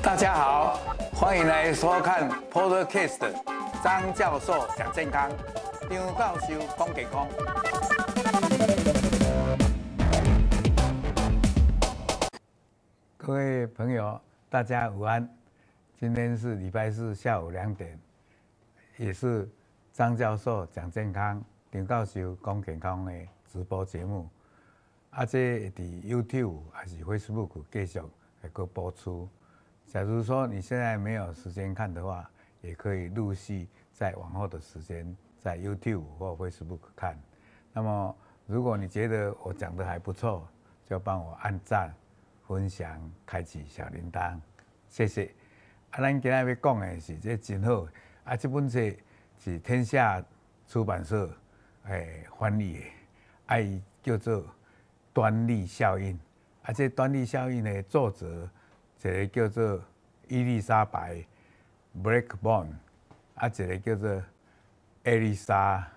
大家好，欢迎来收看 Podcast 张教授讲健康，张教授讲健康。各位朋友，大家午安。今天是礼拜四下午2点，也是张教授讲健康、张教授讲健康的直播节目。这会在 YouTube 还是 Facebook 继续会个播出。假如说你现在没有时间看的话，也可以陆续在往后的时间在 YouTube 或 Facebook 看。那么，如果你觉得我讲的还不错，就帮我按赞、分享、开启小铃铛，谢谢。咱今天要讲的是这真好，这本书是天下出版社翻译的，伊叫做端粒效应。这端粒效应的作者，一个叫做伊丽莎白 Blackburn， 一个叫做艾丽莎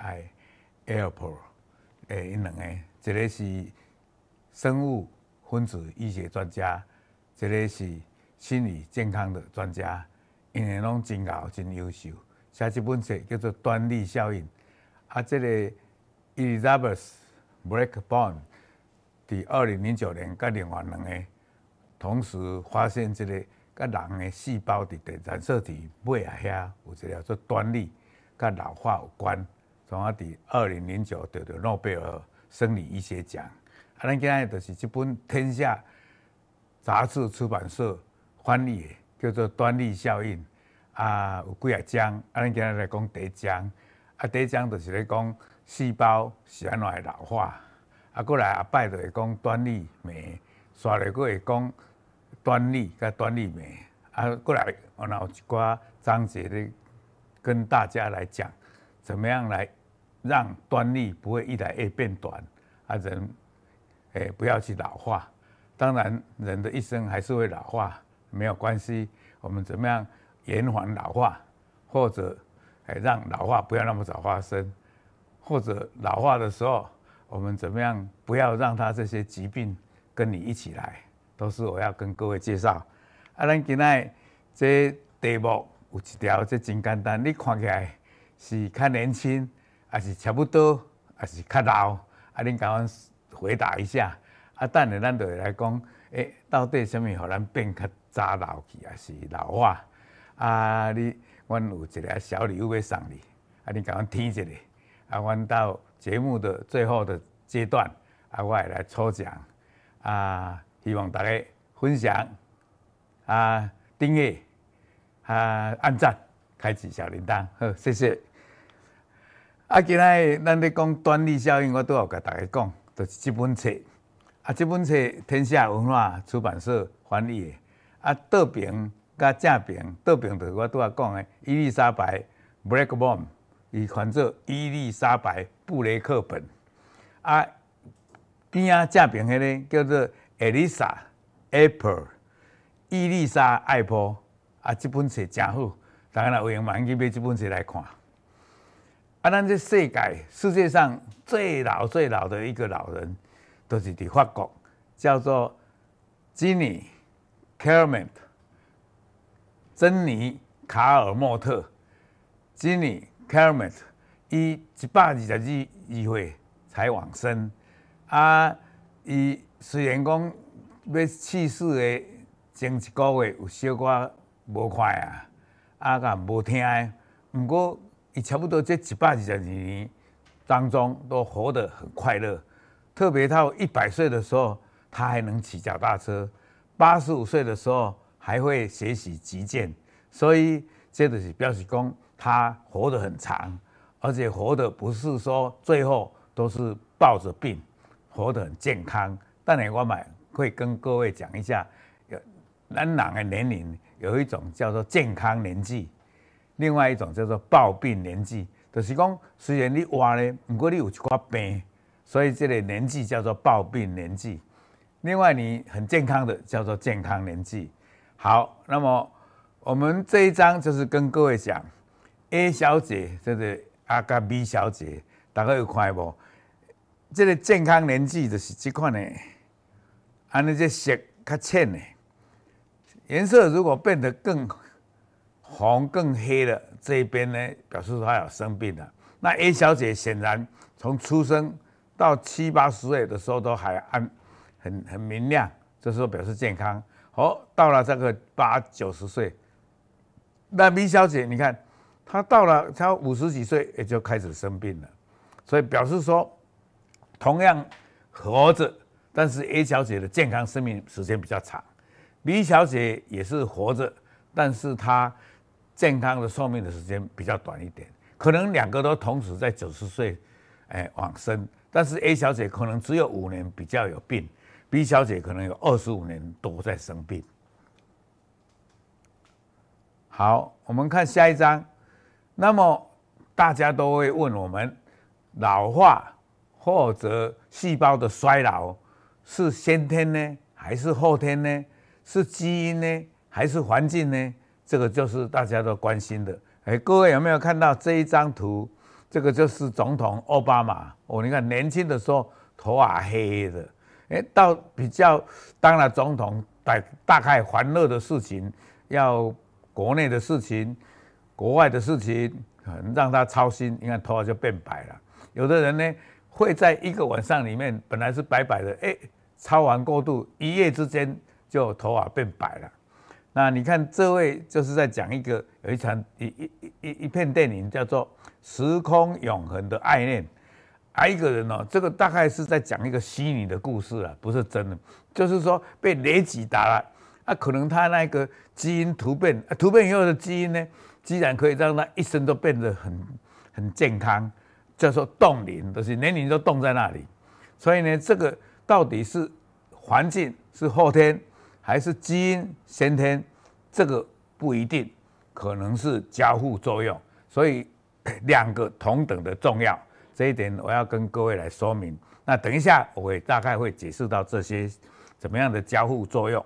Airport， 因两个，一个是生物分子医学专家，一个是心理健康的专家，因为拢真牛真优秀。写这本书叫做端粒效应。这个 Elizabeth Blackburn 在2009年，甲另外两个同时发现这个甲人的细胞伫染色体尾下遐有一条做端粒，甲老化有关，从伫2009得到诺贝尔生理医学奖。咱今日就是这本天下杂志出版社翻译的，叫做端粒效应。有几啊章，咱今日来讲第一章。第一章就是咧讲细胞是安怎会老化。过来下摆就会讲端粒酶，刷来过会讲端粒甲端粒酶。过来有一寡章节咧跟大家来讲，怎么样来让端粒不会越来越变短，人不要去老化。当然，人的一生还是会老化，没有关系。我们怎么样延缓老化，或者让老化不要那么早发生，或者老化的时候，我们怎么样不要让它这些疾病跟你一起来，都是我要跟各位介绍。咱今仔这题目有一条，这真简单，你看起来是较年轻，还是差不多，还是较老？恁甲阮回答一下。等下咱就会来讲，到底什么互咱变较早老去，还是老化？阮有一个小礼物要送你，恁甲阮听一下。阮到节目的最后的阶段，我会来抽奖。希望大家分享、订阅、按赞、开启小铃铛。好，谢谢。今仔咱咧讲端粒效应，我都有甲大家讲，就是这本册。这本册天下文化出版社翻译的。倒边甲正边，倒边就是我拄仔讲的伊丽莎白 Blackburn， 伊翻做伊丽莎白布雷克本。边正边迄个叫做 Elisa Apple， 伊丽莎艾波。这本册真好，大家若有闲嘛，去买这本册来看。咱这世界上最老的一个老人，都是伫法国，叫做珍妮卡尔莫特。珍妮卡尔莫特，伊122岁才往生。伊虽然讲要去世的前1个月有小可无快甲无听的，不过伊差不多这122年当中都活得很快乐。特别到100岁的时候，他还能骑脚踏车；85岁的时候还会学习击剑。所以这就是表示讲，他活得很长，而且活得不是说最后都是抱着病，活得很健康。当然，我们会跟各位讲一下，咱人的年龄有一种叫做健康年纪，另外一种叫做暴病年纪。就是讲，虽然你活咧，不过你有一寡病。所以这个年纪叫做暴病年纪，另外你很健康的叫做健康年纪。好，那么我们这一章就是跟各位讲 A 小姐，就是甲 B 小姐，大家有看无？这个健康年纪就是这款的，安尼这色较浅的， 颜色如果变得更红、更黑了，这一边呢表示说她有生病了。那 A 小姐显然从出生到7、80岁的时候都还很明亮，这时候表示健康。到了这个80、90岁，那 B 小姐你看，她到了她50几岁也就开始生病了，所以表示说同样活着，但是 A 小姐的健康生命时间比较长 ，B 小姐也是活着，但是她健康的寿命的时间比较短一点。可能2个都同时在90岁，往生，但是 A 小姐可能只有5年比较有病 ，B 小姐可能有25年都在生病。好，我们看下一章。那么大家都会问我们，老化或者细胞的衰老是先天呢，还是后天呢？是基因呢，还是环境呢？这个就是大家都关心的。各位有没有看到这一张图？这个就是总统奥巴马你看年轻的时候头发黑黑的，到比较当了总统，大概欢乐的事情，要国内的事情、国外的事情，让他操心，你看头发就变白了。有的人呢，会在一个晚上里面本来是白白的，操完过度，一夜之间就头发变白了。那你看这位就是在讲一片电影叫做《时空永恒的爱恋》，一个人这个大概是在讲一个虚拟的故事啦，不是真的，就是说被雷击打了可能他那个基因突变，突变以后的基因呢，居然可以让他一生都变得很健康，叫做冻龄，就是年龄都冻在那里。所以呢，这个到底是环境是后天，还是基因先天，这个不一定，可能是交互作用，所以2个同等的重要，这一点我要跟各位来说明。那等一下我也大概会解释到这些怎么样的交互作用。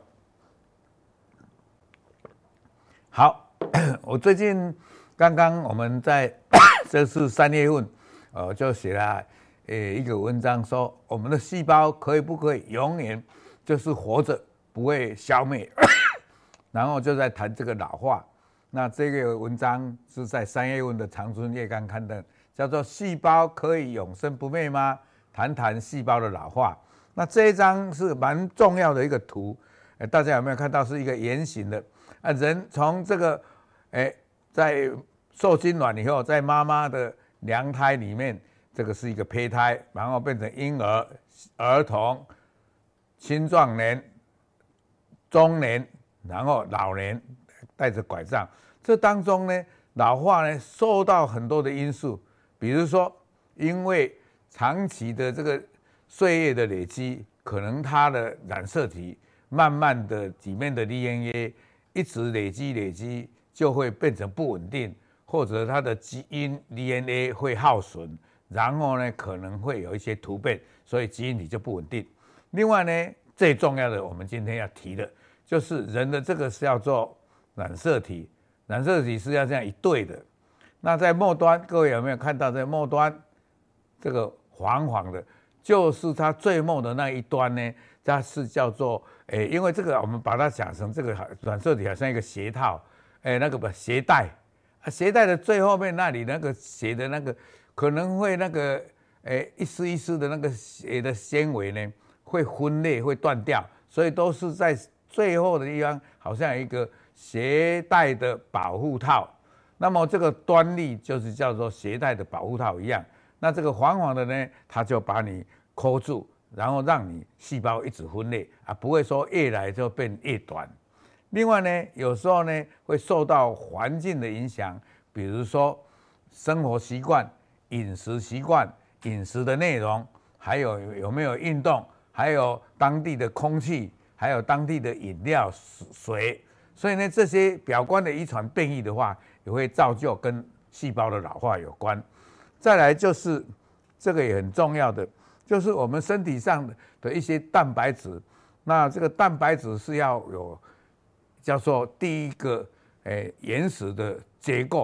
好，我最近刚刚我们在这是3月份，就写了一个文章说，我们的细胞不可以永远就是活着，不会消灭，然后就在谈这个老化。那这个文章是在3月份的长春月刊刊登，叫做《细胞可以永生不灭吗？谈谈细胞的老化》。那这一张是蛮重要的一个图，大家有没有看到？是一个圆形的人从这个在受精卵以后，在妈妈的娘胎里面，这个是一个胚胎，然后变成婴儿、儿童、青壮年、中年，然后老年，带着拐杖。这当中呢，老化呢受到很多的因素，比如说因为长期的这个岁月的累积，可能它的染色体慢慢的里面的 DNA 一直累积，就会变成不稳定，或者它的基因 DNA 会耗损，然后呢可能会有一些突变，所以基因体就不稳定。另外呢，最重要的我们今天要提的就是人的这个是要做染色体，染色体是要这样一对的。那在末端，各位有没有看到在末端这个黄黄的，就是它最末的那一端呢？它是叫做因为这个我们把它想成这个染色体好像一个鞋套，那个鞋带，鞋带的最后面那里那个鞋的那个可能会那个一丝一丝的那个鞋的纤维呢会分裂会断掉，所以都是在最后的地方好像有一个鞋带的保护套。那么这个端粒就是叫做鞋带的保护套一样。那这个黄黄的呢，它就把你扣住，然后让你细胞一直分裂不会说越来就变越短。另外呢，有时候呢会受到环境的影响，比如说生活习惯、饮食习惯、饮食的内容，还有没有运动，还有当地的空气，还有当地的饮料水。所以呢，这些表观的遗传变异的话，也会造就跟细胞的老化有关。再来就是这个也很重要的，就是我们身体上的一些蛋白质。那这个蛋白质是要有叫做第一个原始的结构，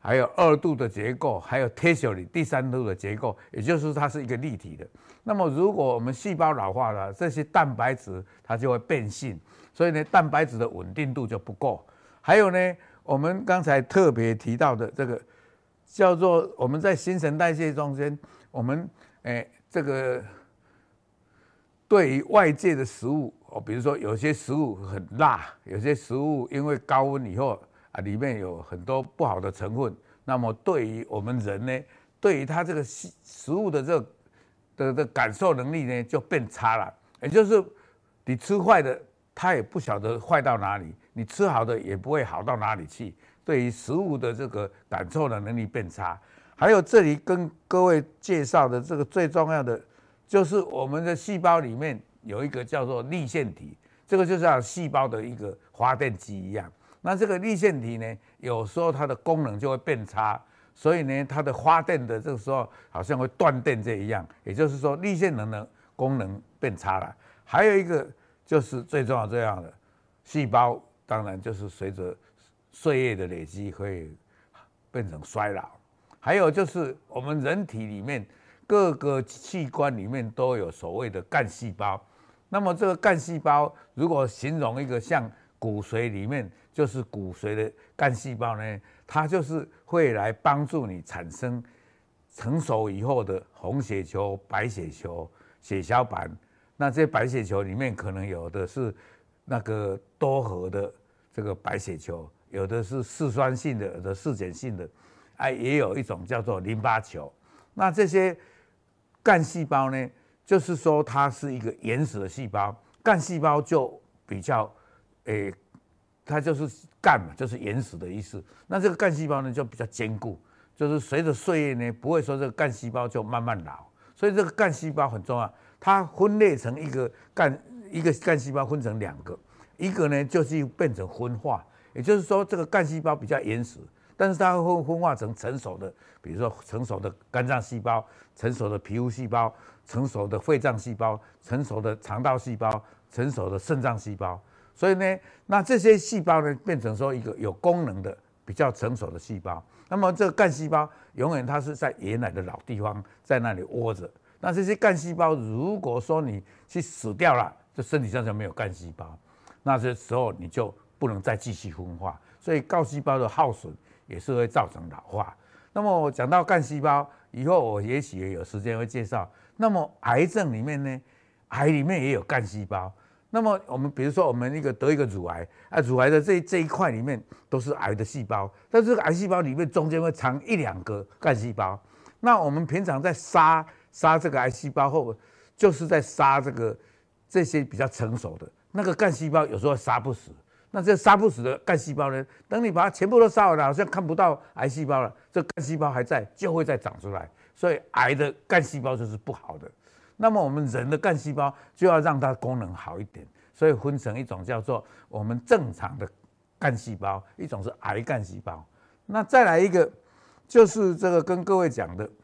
还有2度的结构，还有 tissue 第3度的结构，也就是它是一个立体的。那么如果我们细胞老化了，这些蛋白质它就会变性，所以呢，蛋白质的稳定度就不够。还有呢，我们刚才特别提到的这个叫做我们在新陈代谢中间，我们这个对于外界的食物，比如说有些食物很辣，有些食物因为高温以后里面有很多不好的成分，那么对于我们人呢，对于它这个食物的这个的感受能力呢就变差了。也就是你吃坏的，它也不晓得坏到哪里；你吃好的也不会好到哪里去。对于食物的这个感受的能力变差。还有这里跟各位介绍的这个最重要的，就是我们的细胞里面有一个叫做粒线体，这个就像细胞的一个发电机一样。那这个粒线体呢，有时候它的功能就会变差，所以呢，它的发电的这个时候好像会断电这一样，也就是说粒线能的功能变差了。还有一个就是最重要这样的细胞，当然就是随着岁月的累积会变成衰老。还有就是我们人体里面各个器官里面都有所谓的干细胞，那么这个干细胞如果形容一个像骨髓里面就是骨髓的干细胞呢，它就是会来帮助你产生成熟以后的红血球、白血球、血小板。那这些白血球里面可能有的是那个多核的这个白血球，有的是嗜酸性的，有的嗜碱性的，也有一种叫做淋巴球。那这些干细胞呢，就是说它是一个原始的细胞，干细胞就比较它就是干嘛，就是原始的意思。那这个干细胞呢就比较坚固，就是随着岁月呢，不会说这个干细胞就慢慢老。所以这个干细胞很重要，它分裂成一个干细胞分成2个，一个呢就是变成分化，也就是说这个干细胞比较原始，但是它会分化成成熟的，比如说成熟的肝脏细胞、成熟的皮肤细胞、成熟的肺脏细胞、成熟的肠道细胞、成熟的肾脏细胞。所以呢，那这些细胞呢变成说一个有功能的比较成熟的细胞。那么这个干细胞永远它是在原来的老地方，在那里窝着。那这些干细胞如果说你去死掉了，就身体上就没有干细胞，那这时候你就不能再继续分化，所以干细胞的耗损也是会造成老化。那么我讲到干细胞以后，我也许有时间会介绍。那么癌症里面呢，癌里面也有干细胞。那么我们比如说我们得一个乳癌乳癌的这一块里面都是癌的细胞，但是这个癌细胞里面中间会藏1-2个干细胞。那我们平常在杀这个癌细胞后，就是在杀这些比较成熟的那个干细胞，有时候杀不死。那这杀不死的干细胞呢，等你把它全部都杀完了，好像看不到癌细胞了，这干细胞还在，就会再长出来。所以癌的干细胞就是不好的。那么我们人的干细胞就要让它功能好一点，所以分成一种叫做我们正常的干细胞，一种是癌干细胞。那再来一个就是这个跟各位讲的，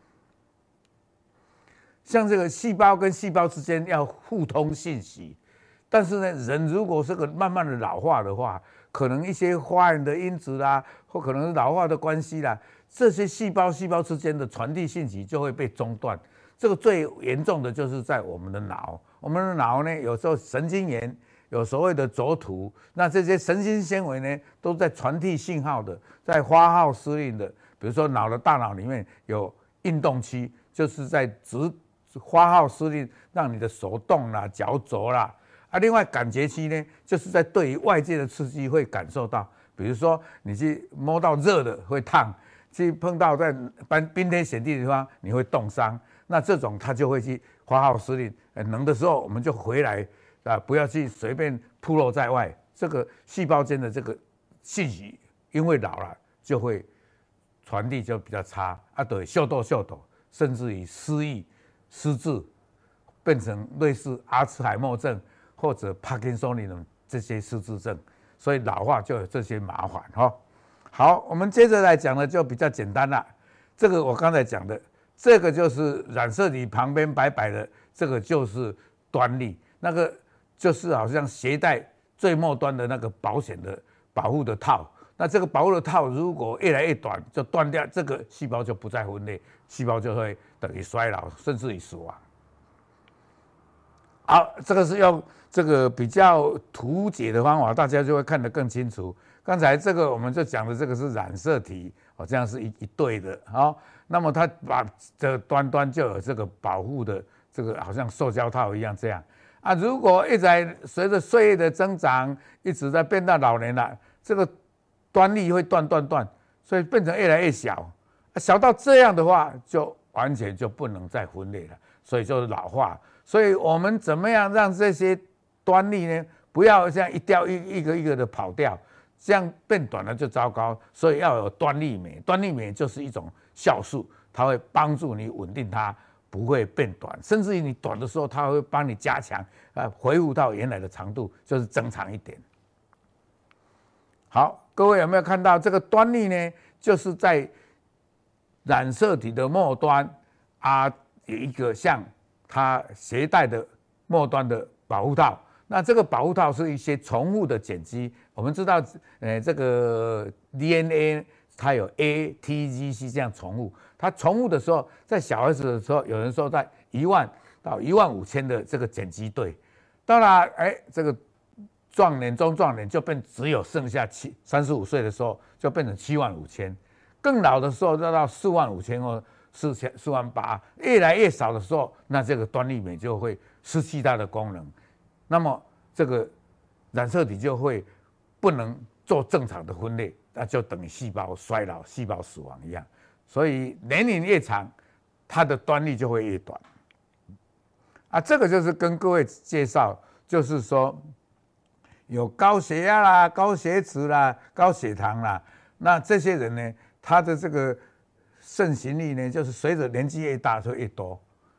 像这个细胞跟细胞之间要互通信息，但是呢，人如果是个慢慢的老化的话，可能一些发炎的因子啦，或可能是老化的关系啦，这些细胞之间的传递信息就会被中断。这个最严重的就是在我们的脑，我们的脑呢，有时候神经元有所谓的轴突，那这些神经纤维呢，都在传递信号的，在发号施令的。比如说大脑里面有运动区，就是在发号施令，让你的手动啦、脚走啦。另外感觉区呢，就是在对于外界的刺激会感受到，比如说你去摸到热的会烫，去碰到在冰天雪地的地方你会冻伤。那这种他就会去发号施令，冷的时候我们就回来不要去随便暴露在外。这个细胞间的这个信息，因为老了就会传递就比较差对，秀逗，甚至于失忆、失智，变成类似阿兹海默症或者帕金森氏这些失智症，所以老化就有这些麻烦好，我们接着来讲的就比较简单了。这个我刚才讲的。这个就是染色体旁边白白的，这个就是端粒，那个就是好像鞋带最末端的那个保险的保护的套， 那这个保护的套如果越来越短，就断掉，这个细胞就不再分裂，细胞就会等于衰老，甚至于死亡。好，这个是用这个比较图解的方法，大家就会看得更清楚。刚才这个我们就讲的这个是染色体，这样是一对的，那么它把这端端就有这个保护的这个好像塑胶套一样这样啊。如果一直在随着岁月的增长，一直在变到老年了，这个端粒会断，所以变成越来越小，小到这样的话，就完全就不能再分裂了，所以就是老化。所以我们怎么样让这些端粒呢，不要这样一掉一个一个的跑掉，这样变短了就糟糕。所以要有端粒酶，端粒酶就是一种酵素，它会帮助你稳定它，不会变短，甚至于你短的时候，它会帮你加强，恢复到原来的长度，就是增长一点。好，各位有没有看到这个端粒呢？就是在染色体的末端有一个像它携带的末端的保护套。那这个保护套是一些重复的碱基。我们知道，这个 DNA 它有 A、T、G、C 这样重复。它重复的时候，在小孩子的时候，有人说在10000到15000的这个碱基对，到了这个壮年、中壮年就只有剩下35岁的时候就变成75000，更老的时候要到45000或48000，越来越少的时候，那这个端粒酶就会失去它的功能，那么这个染色体就会不能做正常的分裂，那就等于细胞衰老、细胞死亡一样。所以年龄越长，它的端粒就会越短。这个就是跟各位介绍，就是说有高血压啦、高血脂啦、高血糖啦，那这些人呢，他的这个盛行率呢，就是随着年纪越大就越多。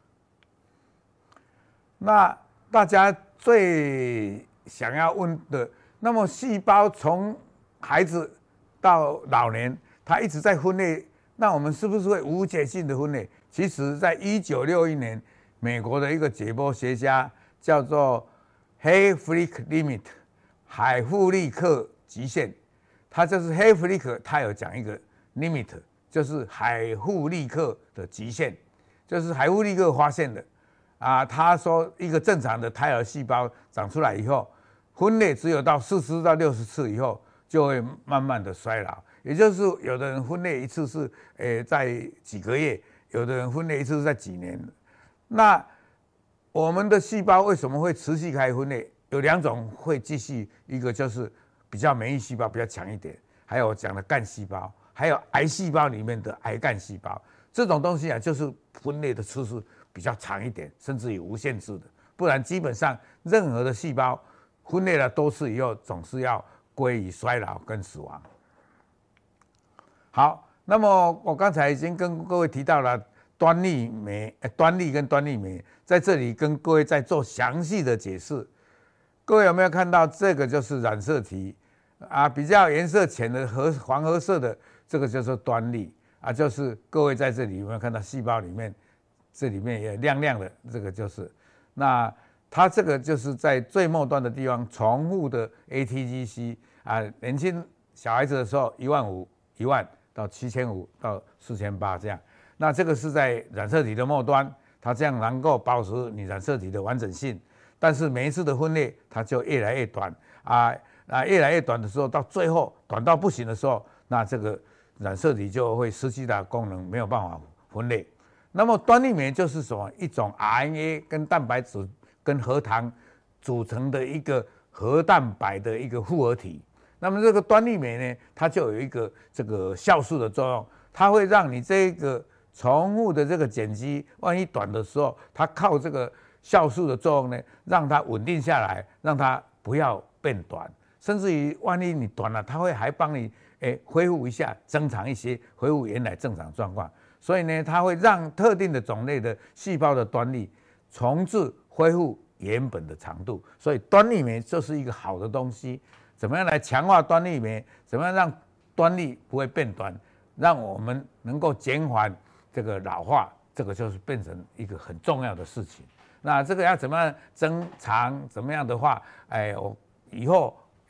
那大家最想要问的，那么细胞从孩子到老年，它一直在分裂，那我们是不是会无解性的分裂？其实，在1961年，美国的一个解剖学家叫做 Hayflick Limit 海弗利克极限，它就是 Hayflick， 他有讲一个 limit， 就是海弗利克的极限，就是海弗利克发现的。他说一个正常的胎儿细胞长出来以后，分裂只有到40到60次以后，就会慢慢的衰老。也就是有的人分裂一次是在几个月，有的人分裂一次是在几年。那我们的细胞为什么会持续开始分裂？有2种会继续，一个就是比较免疫细胞比较强一点，还有我讲的干细胞，还有癌细胞里面的癌干细胞。这种东西就是分裂的次数比较长一点，甚至于无限制的，不然基本上任何的细胞分裂了多次以后，总是要归于衰老跟死亡。好，那么我刚才已经跟各位提到了端粒酶、端粒跟端粒酶，在这里跟各位再做详细的解释。各位有没有看到这个就是染色体比较颜色浅的黄褐色的，这个就是端粒就是各位在这里有没有看到细胞里面？这里面也亮亮的，这个就是那它这个就是在最末端的地方重复的 ATGC 年轻小孩子的时候15000、10000到7500到4800这样。那这个是在染色体的末端，它这样能够保持你染色体的完整性，但是每一次的分裂它就越来越短越来越短的时候，到最后短到不行的时候，那这个染色体就会失去它的功能，没有办法分裂。那么端粒酶就是什么？一种 RNA 跟蛋白质跟核糖组成的一个核蛋白的一个复合体。那么这个端粒酶呢，它就有一个这个酵素的作用，它会让你这个重复的这个碱基，万一短的时候，它靠这个酵素的作用呢，让它稳定下来，让它不要变短，甚至于万一你短了，它会还帮你恢复一下，增长一些，恢复原来正常状况。所以呢，它会让特定的种类的细胞的端粒重置恢复原本的长度。所以端粒酶就是一个好的东西。怎么样来强化端粒酶？怎么样让端粒不会变短？让我们能够减缓这个老化，这个就是变成一个很重要的事情。那这个要怎么样增长？怎么样的话，我以后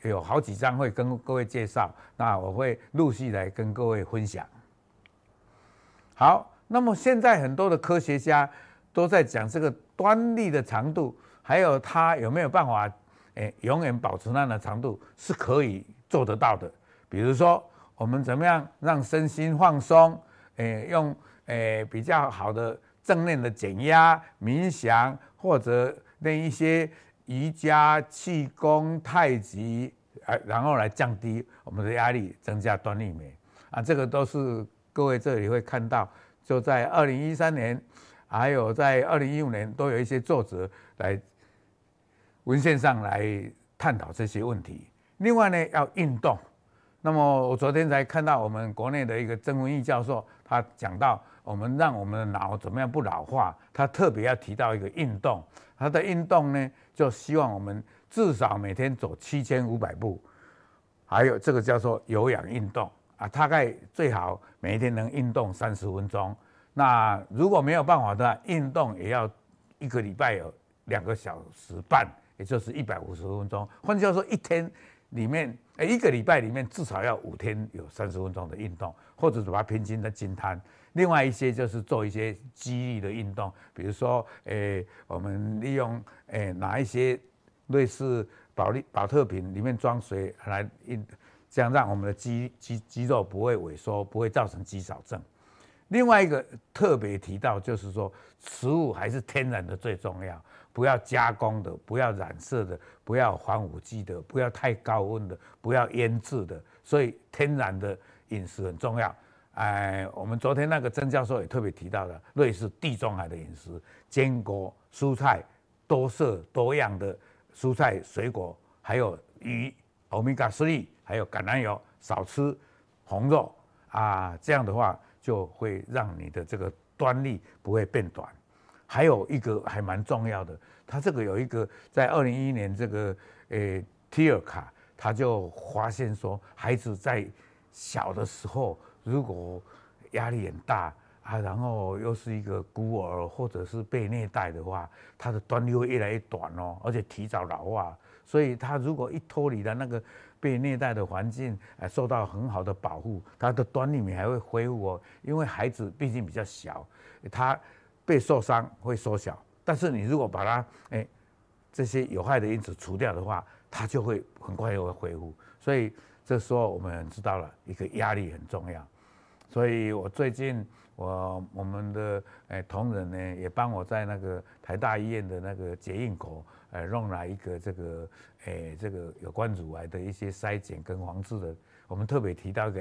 有好几章会跟各位介绍，那我会陆续来跟各位分享。好，那么现在很多的科学家都在讲这个端粒的长度，还有它有没有办法，永远保持那样的长度，是可以做得到的。比如说，我们怎么样让身心放松，用比较好的正念的减压、冥想，或者练一些瑜伽、气功、太极，然后来降低我们的压力，增加端粒酶啊，这个都是各位这里会看到，就在2013年，还有在2015年都有一些作者来文献上来探讨这些问题。另外呢，要运动。那么我昨天才看到我们国内的一个曾文义教授，他讲到我们让我们的脑怎么样不老化，他特别要提到一个运动。他的运动呢，就希望我们至少每天走7500步，还有这个叫做有氧运动啊，大概最好每一天能运动30分钟。那如果没有办法的话，运动也要1个礼拜有2个小时半，也就是150分钟。换句话说，一天里面，1个礼拜里面至少要5天有30分钟的运动，或者把它平均的均摊。另外一些就是做一些肌力的运动，比如说，我们利用拿一些类似保特瓶里面装水来这样让我们的肌肉不会萎缩，不会造成肌少症。另外一个特别提到就是说，食物还是天然的最重要，不要加工的，不要染色的，不要防腐剂的，不要太高温的，不要腌制的，所以天然的饮食很重要。我们昨天那个曾教授也特别提到了类似地中海的饮食，坚果、蔬菜、多色多样的蔬菜、水果，还有鱼、Omega-3，还有橄榄油，少吃红肉啊，这样的话就会让你的这个端粒不会变短。还有一个还蛮重要的，他这个有一个在2011年这个提尔卡，他就发现说，孩子在小的时候如果压力很大啊，然后又是一个孤儿或者是被虐待的话，他的端粒会越来越短哦，而且提早老化。所以他如果一脱离了那个被虐待的环境，受到很好的保护，他的端粒酶还会恢复哦。因为孩子毕竟比较小，他被受伤会缩小，但是你如果把它这些有害的因子除掉的话，它就会很快又会恢复。所以这时候我们知道了一个压力很重要。所以我最近我们的同仁呢也帮我在那个台大医院的那个结印口弄来一个这个有关乳癌的一些筛检跟防治的，我们特别提到一个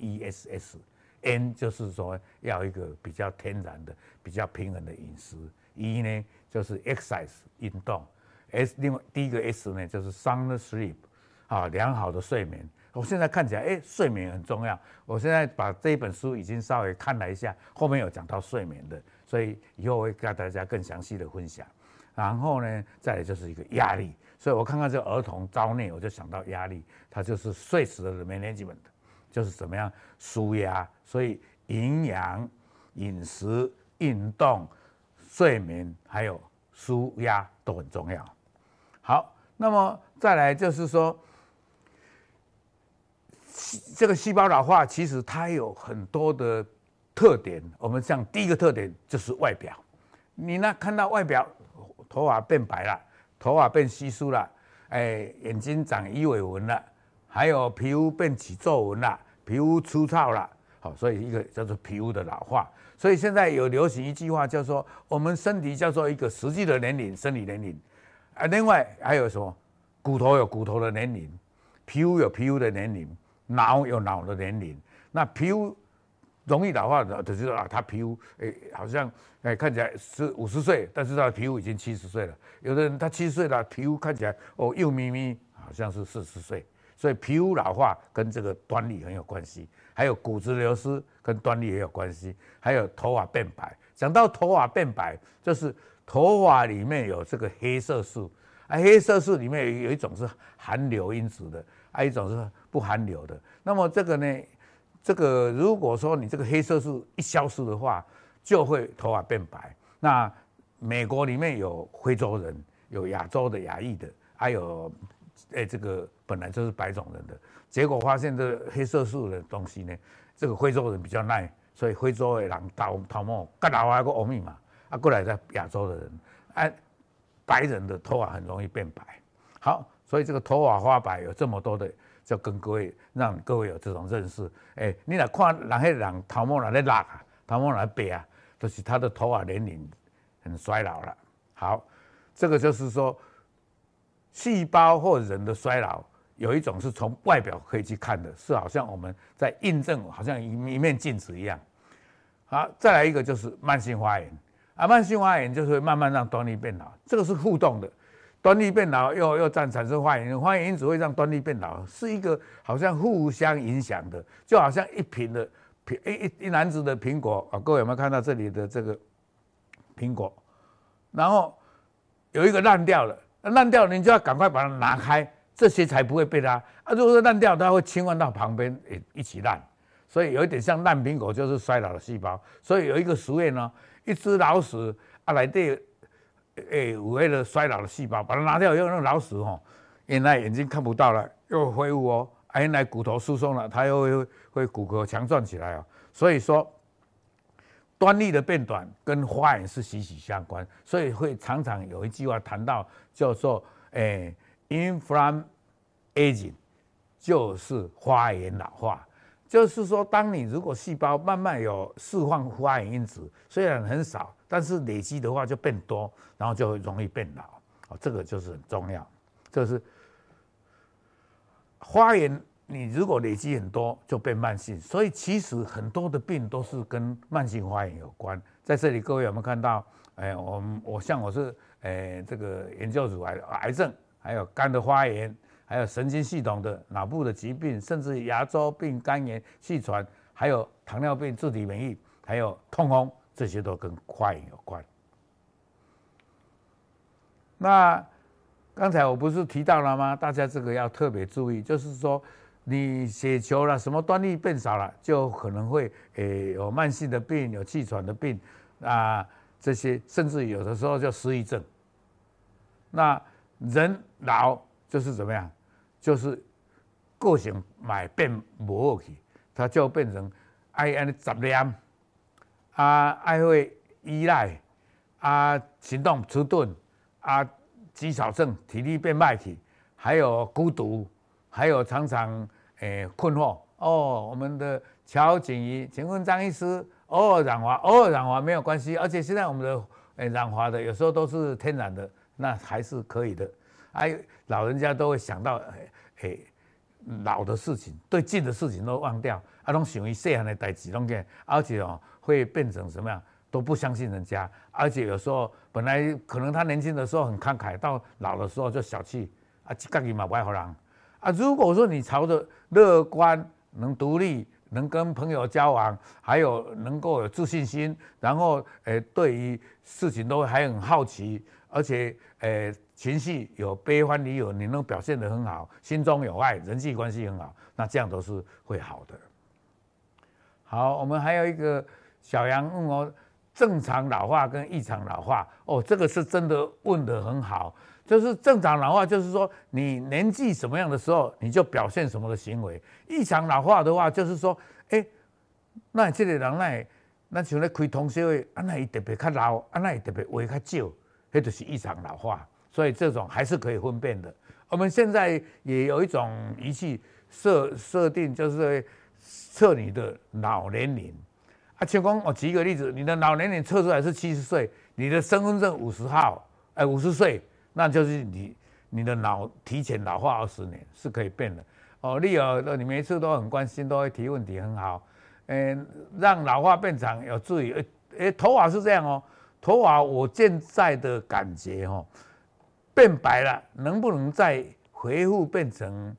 NESS。N 就是说要一个比较天然的、比较平衡的饮食。E 呢就是 exercise 运动。另外第一个 S 呢就是 sound sleep， 良好的睡眠。我现在看起来，睡眠很重要。我现在把这一本书已经稍微看了一下，后面有讲到睡眠的，所以以后会跟大家更详细的分享。然后呢，再来就是一个压力。所以我看看这个儿童遭虐，我就想到压力，它就是睡死的 management。就是怎么样舒压，所以营养、饮食、运动、睡眠还有舒压都很重要。好，那么再来就是说，这个细胞老化其实它有很多的特点。我们像第一个特点就是外表，你呢看到外表，头发变白了，头发变稀疏了，眼睛长鱼尾纹了。还有皮肤变起皱纹了，皮肤粗糙了，所以一个叫做皮肤的老化。所以现在有流行一句话叫做，我们身体叫做一个实际的年龄，生理年龄，另外还有什么？骨头有骨头的年龄，皮肤有皮肤的年龄，脑有脑的年龄。那皮肤容易老化的，就是他皮肤好像看起来是50岁，但是他的皮肤已经70岁了。有的人他70岁了，皮肤看起来幼咪咪，好像是40岁。所以皮肤老化跟这个端粒很有关系，还有骨质流失跟端粒也有关系，还有头发变白。讲到头发变白，就是头发里面有这个黑色素，黑色素里面有一种是含硫因子的，一种是不含硫的。那么这个呢，这个如果说你这个黑色素一消失的话，就会头发变白。那美国里面有非洲人，有亚洲的亚裔的，还有这个本来就是白种人的，结果发现这黑色素的东西呢，这个非洲人比较耐，所以非洲的人头毛更老还个欧米嘛，过来在亚洲的人，白人的头发很容易变白。好，所以这个头发发白有这么多的，就跟各位让各位有这种认识。你来看人迄人头毛来辣啊，头毛来白啊，就是他的头发年龄很衰老了。好，这个就是说，细胞或人的衰老有一种是从外表可以去看的，是好像我们在印证，好像一面镜子一样。好，再来一个就是慢性发炎慢性发炎就是会慢慢让端粒变老，这个是互动的。端粒变老又产生发炎，发炎因子会让端粒变老，是一个好像互相影响的，就好像一篮子的苹果各位有没有看到这里的这个苹果？然后有一个烂掉了，烂掉了你就要赶快把它拿开，这些才不会被它如果说烂掉，它会侵犯到旁边也一起烂，所以有一点像烂苹果，就是衰老的细胞。所以有一个实验呢，一只老鼠内底有那个衰老的细胞，把它拿掉以后，那个老鼠原来眼睛看不到了，又恢复原来骨头疏松了，它又会骨骼强壮起来所以说，端粒的变短跟发炎是息息相关，所以会常常有一句话谈到叫做inflammation， 就是发炎老化。就是说，当你如果细胞慢慢有释放发炎因子，虽然很少，但是累积的话就变多，然后就会容易变老这个就是很重要。这是发炎，你如果累积很多，就变慢性。所以其实很多的病都是跟慢性发炎有关。在这里，各位有没有看到？我是这个研究乳癌症，还有肝的发炎。还有神经系统的、脑部的疾病，甚至牙周病、肝炎、气喘，还有糖尿病、自体免疫，还有痛风，这些都跟发炎有关。那刚才我不是提到了吗？大家这个要特别注意，就是说你血球了，什么端粒变少了，就可能会有慢性的病，有气喘的病这些甚至有的时候就失忆症。那人老就是怎么样？就是个性买变不好去，它就变成爱安尼杂念爱会依赖行动迟钝肌少症，体力变慢去，还有孤独，还有常常困惑我们的乔锦怡，请问张医师，偶尔染发没有关系，而且现在我们的染发的有时候都是天然的，那还是可以的。老人家都会想到老的事情，对近的事情都忘掉都想于细汉的代志拢给，而且会变成什么样，都不相信人家，而且有时候本来可能他年轻的时候很慷慨，到老的时候就小气自己嘛不爱给人如果说你朝着乐观、能独立、能跟朋友交往，还有能够有自信心，然后对于事情都还很好奇，而且情绪有悲欢离合，你能表现得很好，心中有爱，人际关系很好，那这样都是会好的。好，我们还有一个小杨问正常老化跟异常老化这个是真的问得很好。就是正常老化，就是说你年纪什么样的时候，你就表现什么的行为。异常老化的话，就是说，那这个人咱像咧开通宵的，那伊特别较老，那伊特别话较少，那就是异常老化。所以这种还是可以分辨的。我们现在也有一种仪器设定，就是会测你的脑年龄像讲我举一个例子，你的脑年龄测出来是70岁，你的身份证50号，50岁，那就是你的脑提前老化20年是可以变的。你每一次都很关心，都会提问题，很好。让老化变长有注意。头发是这样头发我现在的感觉变白了，能不能再恢复变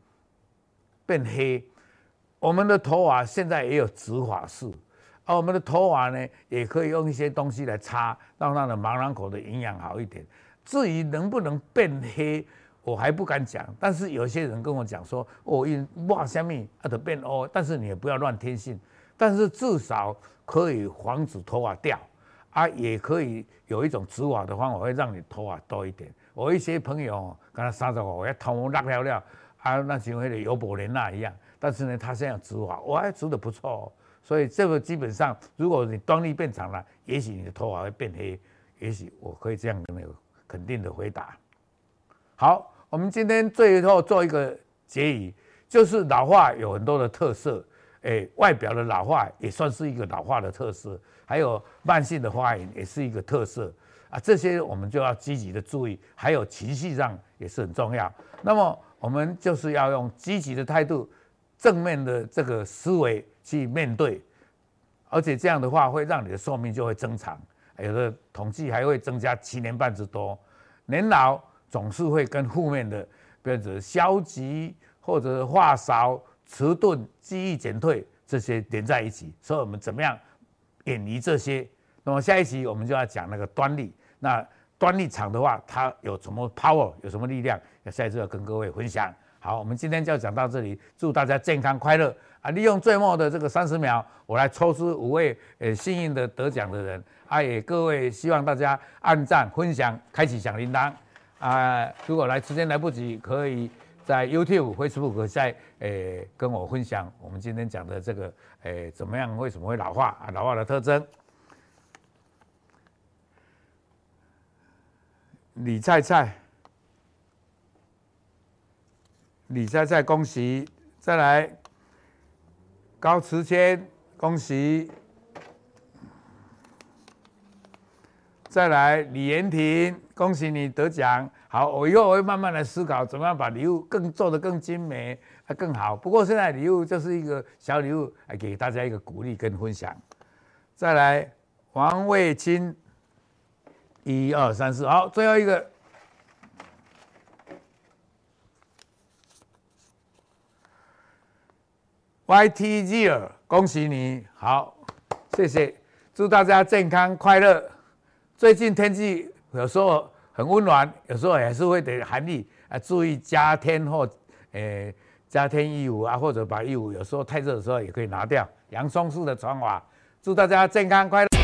黑？我们的头发现在也有植发室，我们的头发呢也可以用一些东西来擦，让它的毛囊口的营养好一点。至于能不能变黑，我还不敢讲。但是有些人跟我讲说，因抹什么就变黑，但是你也不要乱听信。但是至少可以防止头发掉也可以有一种植发的方法，会让你头发多一点。 我一些朋友，跟他35，要头毛落了啊，那像那个尤伯莲娜一样。但是呢，他现在植发，哇，植得不错哦。所以这个基本上，如果你端粒变长了，也许你的头发会变黑，也许我可以这样跟你肯定的回答。好，我们今天最后做一个结语，就是老化有很多的特色，外表的老化也算是一个老化的特色，还有慢性的发炎也是一个特色啊，这些我们就要积极的注意，还有情绪上也是很重要。那么我们就是要用积极的态度、正面的这个思维去面对，而且这样的话会让你的寿命就会增长，有的统计还会增加7年半之多。年老总是会跟负面的，比如说消极或者话少、迟钝、记忆减退这些连在一起，所以我们怎么样远离这些？那么下一期我们就要讲那个端粒。那端粒长的话，它有什么 power， 有什么力量？下一次要跟各位分享。好，我们今天就讲到这里，祝大家健康快乐啊！利用最末的这个30秒，我来抽出5位幸运的得奖的人啊！也各位希望大家按赞、分享、开启小铃铛啊！如果时间来不及，可以在 YouTube、Facebook 再跟我分享我们今天讲的这个怎么样，为什么会老化啊？老化的特征。李菜菜，恭喜！再来，高慈谦，恭喜！再来，李延婷，恭喜你得奖。好，我以后会慢慢来思考，怎么样把礼物做得更精美，更好。不过现在礼物就是一个小礼物，来给大家一个鼓励跟分享。再来，王卫清，1、2、3、4，好，最后一个。YTZ， 恭喜你，好，谢谢，祝大家健康快乐。最近天气有时候很温暖，有时候也是会得寒意啊，注意加添或加添衣物啊，或者把衣物有时候太热的时候也可以拿掉。洋葱式的穿法，祝大家健康快乐。